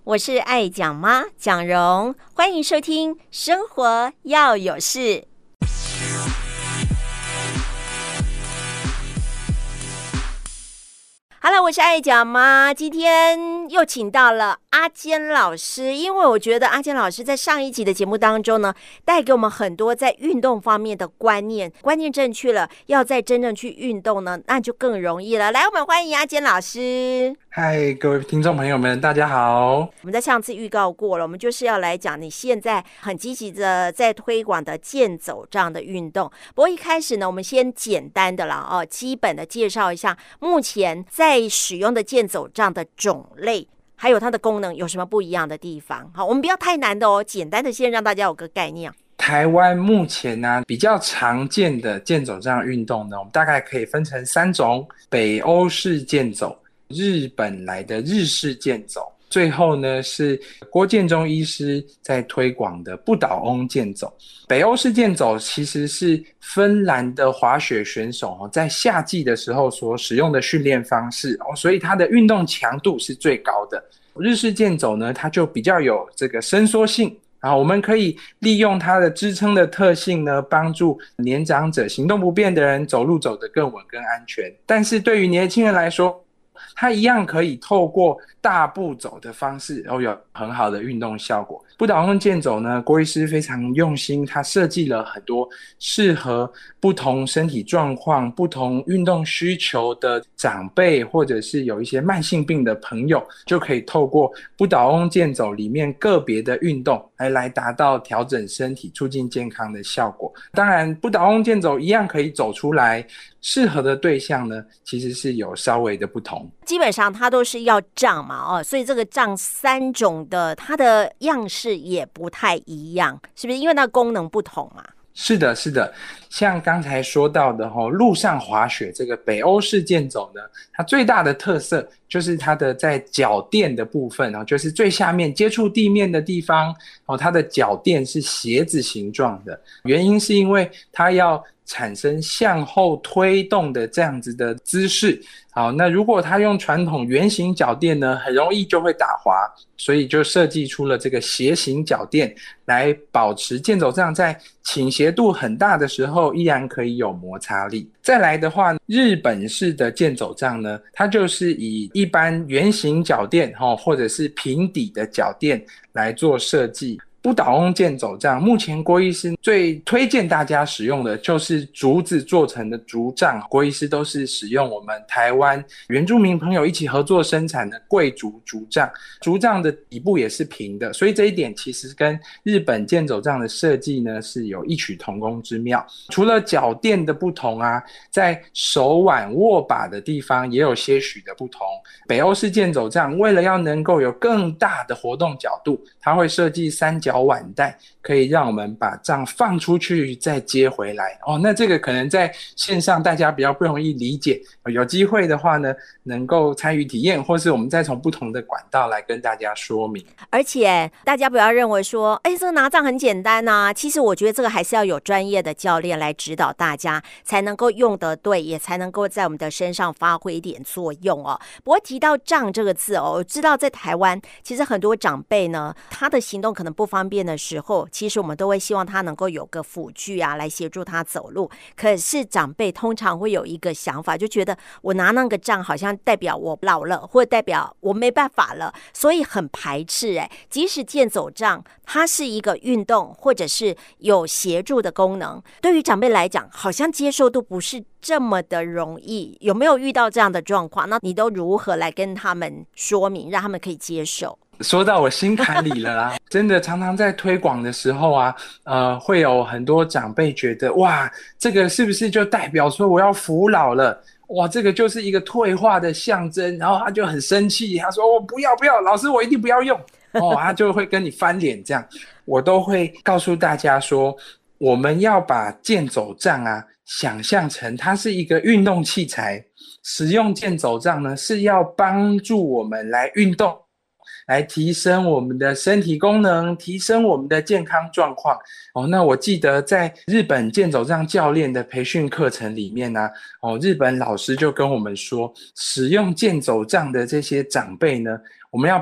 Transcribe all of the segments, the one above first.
我是爱讲妈蒋蓉，欢迎收听《生活要有事》。Hello， 我是爱讲妈，今天又请到了阿坚老师，因为我觉得阿坚老师在上一集的节目当中呢，带给我们很多在运动方面的观念正确了，要再真正去运动呢，那就更容易了。来，我们欢迎阿坚老师。 嗨，各位听众朋友们，大家好。 我们在上次预告过了，我们就是要来讲你现在很积极的在推广的健走这样的运动。不过一开始呢，我们先简单的啦基本的介绍一下目前在使用的健走杖的种类，还有它的功能有什么不一样的地方。好，我们不要太难的简单的先让大家有个概念。 台湾目前比较常见的健走杖运动呢，我们大概可以分成3种：北欧式健走、日本来的日式健走，最后呢是郭建中医师在推广的不倒翁健走。北欧式健走其实是芬兰的滑雪选手在夏季的时候所使用的训练方式，所以它的运动强度是最高的。日式健走呢，它就比较有这个伸缩性，然后我们可以利用它的支撑的特性呢，帮助年长者、行动不便的人走路走得更稳更安全。但是对于年轻人来说，它一样可以透过大步走的方式有很好的运动效果。不倒翁健走呢，郭医师非常用心，他设计了很多适合不同身体状况、不同运动需求的长辈，或者是有一些慢性病的朋友，就可以透过不倒翁健走里面个别的运动来达到调整身体、促进健康的效果。当然，不倒翁健走一样可以走出来，适合的对象呢，其实是有稍微的不同。 基本上它都是要杖嘛所以这个杖3种的它的样式也不太一样，是不是因为它的功能不同嘛？ 是的，是的，像刚才说到的陆上滑雪这个北欧式健走呢，它最大的特色就是它的在脚垫的部分就是最下面接触地面的地方它的脚垫是鞋子形状的，原因是因为它要产生向后推动的这样子的姿势。好，那如果它用传统圆形脚垫呢，很容易就会打滑，所以就设计出了这个斜形脚垫，来保持健走杖在倾斜度很大的时候依然可以有摩擦力。再来的话，日本式的健走杖呢，它就是以一般圆形脚垫或者是平底的脚垫来做设计。不倒翁健走杖目前郭医师最推荐大家使用的就是竹子做成的竹杖，郭医师都是使用我们台湾原住民朋友一起合作生产的桂竹竹杖，竹杖的底部也是平的，所以这一点其实跟日本健走杖的设计呢是有异曲同工之妙。除了脚垫的不同在手腕握把的地方也有些许的不同。北欧式健走杖为了要能够有更大的活动角度，它会设计3角腕带，可以让我们把杖放出去再接回来那这个可能在线上大家比较不容易理解，有机会的话呢，能够参与体验，或是我们再从不同的管道来跟大家说明。 而且大家不要认为说这个拿杖很简单其实我觉得这个还是要有专业的教练来指导大家，才能够用得对，也才能够在我们的身上发挥一点作用不过提到杖这个字我知道在台湾其实很多长辈呢，他的行动可能不方便的时候，其实我们都会希望他能够有个辅具来协助他走路。可是长辈通常会有一个想法，就觉得我拿那个杖好像代表我老了，或者代表我没办法了，所以很排斥即使健走杖它是一个运动或者是有协助的功能，对于长辈来讲好像接受度不是这么的容易。有没有遇到这样的状况？那你都如何来跟他们说明，让他们可以接受？ 说到我心坎里了啦真的常常在推广的时候会有很多长辈觉得哇，这个是不是就代表说我要服老了？哇，这个就是一个退化的象征，然后他就很生气，他说不要，老师我一定不要用他就会跟你翻脸这样。我都会告诉大家说，我们要把健走杖想象成它是一个运动器材，使用健走杖呢是要帮助我们来运动，来提升我们的身体功能，提升我们的健康状况那我记得在日本健走杖教练的培训课程里面日本老师就跟我们说，使用健走杖的这些长辈呢，我们要把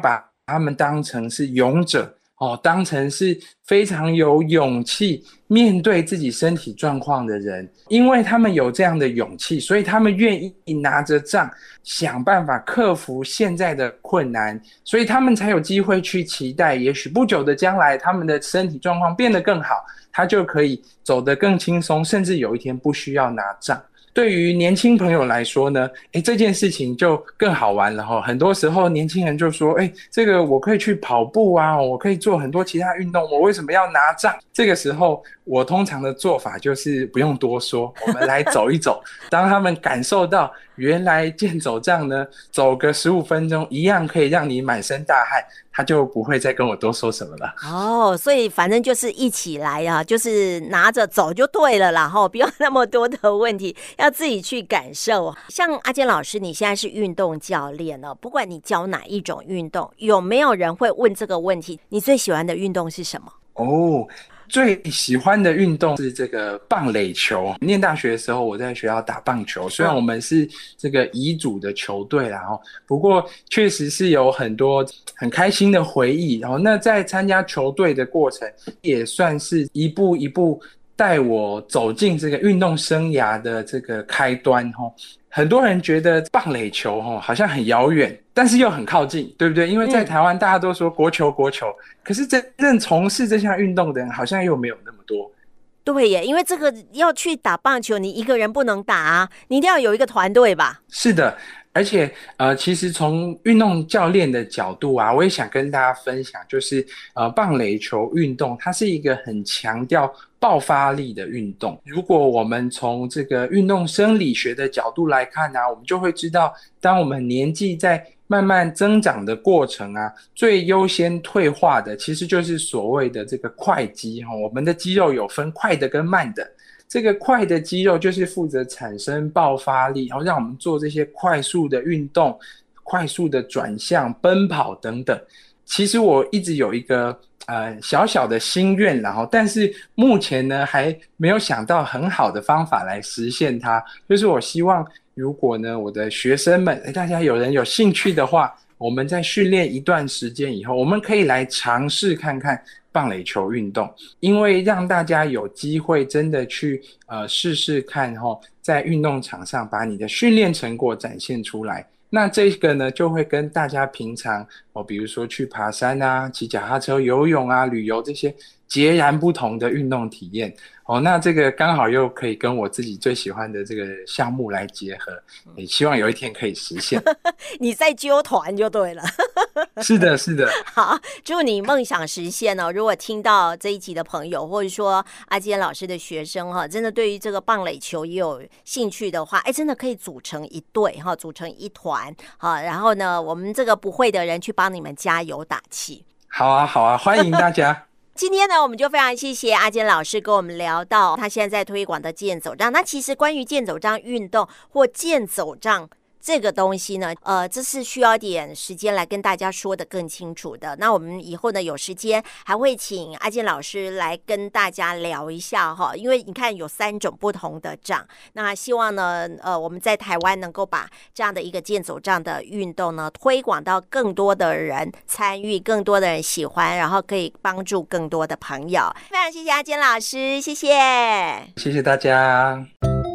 他们当成是勇者当成是非常有勇气面对自己身体状况的人，因为他们有这样的勇气，所以他们愿意拿着杖想办法克服现在的困难，所以他们才有机会去期待也许不久的将来他们的身体状况变得更好，他就可以走得更轻松，甚至有一天不需要拿杖。对于年轻朋友来说呢，这件事情就更好玩了哈。很多时候年轻人就说，这个我可以去跑步啊，我可以做很多其他运动，我为什么要拿杖？这个时候我通常的做法就是不用多说，我们来走一走。当他们感受到原来健走杖呢，走个15分钟一样可以让你满身大汗，他就不会再跟我多说什么了。 所以反正就是一起来啊，就是拿着走就对了啦，不要那么多的问题，要自己去感受。像阿坚老师，你现在是运动教练了，不管你教哪一种运动，有没有人会问这个问题？你最喜欢的运动是什么？ 最喜欢的运动是这个棒垒球。念大学的时候，我在学校打棒球，虽然我们是这个乙组的球队啦，不过确实是有很多很开心的回忆。然后那在参加球队的过程，也算是一步一步带我走进这个运动生涯的这个开端。很多人觉得棒垒球好像很遥远，但是又很靠近，对不对？因为在台湾大家都说国球国球，可是真正从事这项运动的人好像又没有那么多。 对耶，因为这个要去打棒球，你一个人不能打啊，你一定要有一个团队吧？ 是的，而且其实从运动教练的角度啊，我也想跟大家分享，就是棒垒球运动它是一个很强调爆发力的运动。如果我们从这个运动生理学的角度来看啊，我们就会知道，当我们年纪在慢慢增长的过程啊，最优先退化的其实就是所谓的这个快肌。我们的肌肉有分快的跟慢的，这个快的肌肉就是负责产生爆发力，然后让我们做这些快速的运动、快速的转向、奔跑等等。其实我一直有一个小小的心愿，但是目前呢还没有想到很好的方法来实现它。就是我希望，如果呢我的学生们大家有人有兴趣的话，我们在训练一段时间以后，我们可以来尝试看看棒垒球运动，因为让大家有机会真的去试试看在运动场上把你的训练成果展现出来。那这个呢就会跟大家平常比如说去爬山啊、骑脚踏车、游泳啊、旅游这些截然不同的运动体验。那这个刚好又可以跟我自己最喜欢的这个项目来结合，也希望有一天可以实现。 你在揪团就对了。 是的，是的。 好，祝你梦想实现哦！如果听到这一集的朋友，或者说阿坚老师的学生真的对于这个棒垒球也有兴趣的话，真的可以组成一队组成一团然后呢，我们这个不会的人去帮你们加油打气。 好啊，好啊，欢迎大家。 今天呢，我们就非常谢谢阿坚老师跟我们聊到他现在在推广的健走杖。那其实关于健走杖运动或健走杖这个东西呢，这是需要一点时间来跟大家说的更清楚的。那我们以后呢有时间还会请阿坚老师来跟大家聊一下因为你看有3种不同的杖，那希望呢我们在台湾能够把这样的一个健走杖的运动呢推广到更多的人参与，更多的人喜欢，然后可以帮助更多的朋友。非常谢谢阿坚老师，谢谢， 谢谢大家。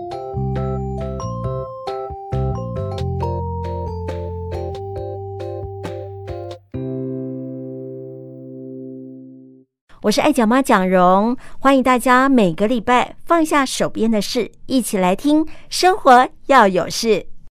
我是爱讲妈蒋蓉，欢迎大家每个礼拜放下手边的事，一起来听生活要有事。